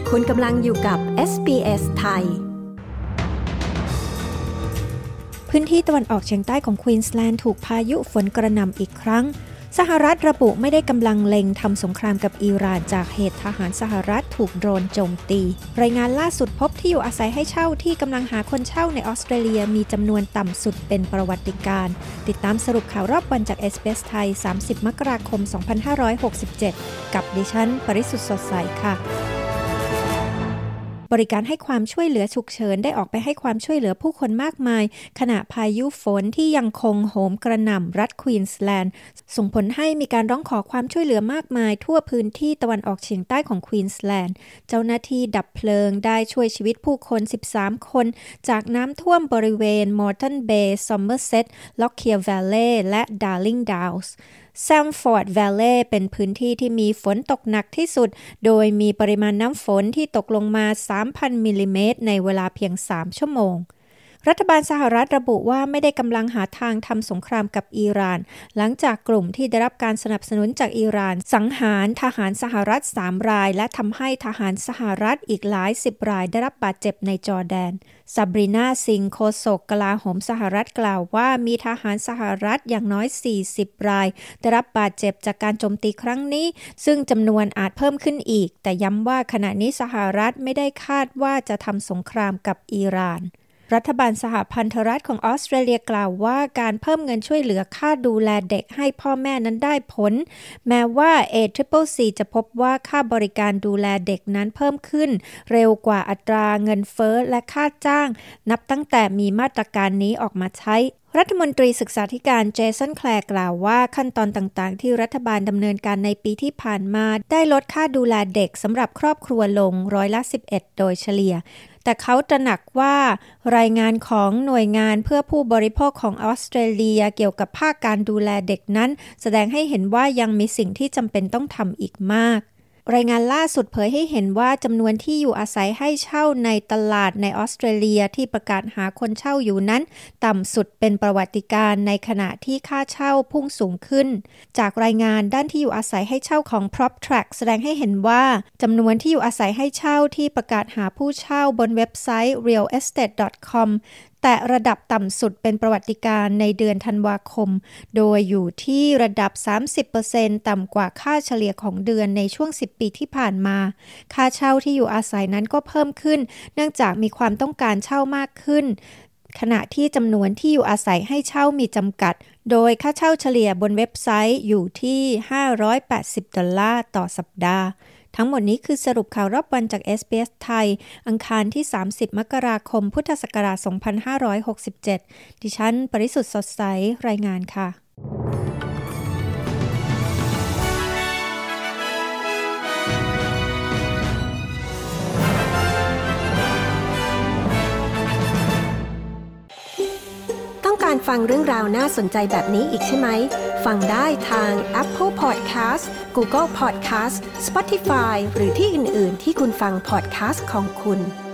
คุณกำลังอยู่กับ SBS ไทยพื้นที่ตะวันออกเฉียงใต้ของควีนสแลนด์ถูกพายุฝนกระหน่ำอีกครั้งสหรัฐระบุไม่ได้กำลังเล็งทำสงครามกับอิหร่านจากเหตุทหารสหรัฐถูกโดรนโจมตีรายงานล่าสุดพบที่อยู่อาศัยให้เช่าที่กำลังหาคนเช่าในออสเตรเลียมีจำนวนต่ำสุดเป็นประวัติการณ์ติดตามสรุปข่าวรอบวันจาก SBS ไทย 30 มกราคม 2567 กับดิฉันปริสุทธิ์สดใสค่ะบริการให้ความช่วยเหลือฉุกเฉินได้ออกไปให้ความช่วยเหลือผู้คนมากมายขณะพายุฝนที่ยังคงโหมกระหน่ำรัฐควีนสแลนด์ส่งผลให้มีการร้องขอความช่วยเหลือมากมายทั่วพื้นที่ตะวันออกเฉียงใต้ของควีนสแลนด์เจ้าหน้าที่ดับเพลิงได้ช่วยชีวิตผู้คน13คนจากน้ำท่วมบริเวณมอร์ตันเบย์ซอมเมอร์เซตล็อกเคียร์แวลเลย์และดาร์ลิงดาวส์แซมฟอร์ดแวลเลย์เป็นพื้นที่ที่มีฝนตกหนักที่สุดโดยมีปริมาณน้ำฝนที่ตกลงมา 3,000 มิลลิเมตรในเวลาเพียง 3 ชั่วโมงรัฐบาลสหรัฐระบุว่าไม่ได้กำลังหาทางทำสงครามกับอิหร่านหลังจากกลุ่มที่ได้รับการสนับสนุนจากอิหร่านสังหารทหารสหรัฐ3รายและทำให้ทหารสหรัฐอีกหลาย10รายได้รับบาดเจ็บในจอร์แดนซาบรีนาซิงโฆษกกลาโหมสหรัฐกล่าวว่ามีทหารสหรัฐอย่างน้อย40รายได้รับบาดเจ็บจากการโจมตีครั้งนี้ซึ่งจำนวนอาจเพิ่มขึ้นอีกแต่ย้ำว่าขณะนี้สหรัฐไม่ได้คาดว่าจะทำสงครามกับอิหร่านรัฐบาลสหพันธรัฐของออสเตรเลียกล่าวว่าการเพิ่มเงินช่วยเหลือค่าดูแลเด็กให้พ่อแม่นั้นได้ผลแม้ว่า ACCC จะพบว่าค่าบริการดูแลเด็กนั้นเพิ่มขึ้นเร็วกว่าอัตราเงินเฟ้อและค่าจ้างนับตั้งแต่มีมาตรการนี้ออกมาใช้รัฐมนตรีศึกษาธิการเจสันแคลร์กล่าวว่าขั้นตอนต่างๆที่รัฐบาลดำเนินการในปีที่ผ่านมาได้ลดค่าดูแลเด็กสำหรับครอบครัวลง11%โดยเฉลี่ยแต่เขาตระหนักว่ารายงานของหน่วยงานเพื่อผู้บริโภคของออสเตรเลียเกี่ยวกับภาคการดูแลเด็กนั้นแสดงให้เห็นว่ายังมีสิ่งที่จำเป็นต้องทำอีกมากรายงานล่าสุดเผยให้เห็นว่าจำนวนที่อยู่อาศัยให้เช่าในตลาดในออสเตรเลียที่ประกาศหาคนเช่าอยู่นั้นต่ำสุดเป็นประวัติการณ์ในขณะที่ค่าเช่าพุ่งสูงขึ้นจากรายงานด้านที่อยู่อาศัยให้เช่าของ PropTrack แสดงให้เห็นว่าจำนวนที่อยู่อาศัยให้เช่าที่ประกาศหาผู้เช่าบนเว็บไซต์ realestate.comแต่ระดับต่ำสุดเป็นประวัติการณ์ในเดือนธันวาคมโดยอยู่ที่ระดับ 30% ต่ำกว่าค่าเฉลี่ยของเดือนในช่วง10ปีที่ผ่านมาค่าเช่าที่อยู่อาศัยนั้นก็เพิ่มขึ้นเนื่องจากมีความต้องการเช่ามากขึ้นขณะที่จำนวนที่อยู่อาศัยให้เช่ามีจำกัดโดยค่าเช่าเฉลี่ยบนเว็บไซต์อยู่ที่$580ต่อสัปดาห์ทั้งหมดนี้คือสรุปข่าวรอบวันจาก SBS ไทยอังคารที่30 มกราคม พุทธศักราช 2567 ดิฉันปริสุทธิ์สดใสรายงานค่ะต้องการฟังเรื่องราวน่าสนใจแบบนี้อีกใช่ไหมฟังได้ทาง Apple Podcast Google Podcast Spotify หรือที่อื่นๆที่คุณฟัง podcast ของคุณ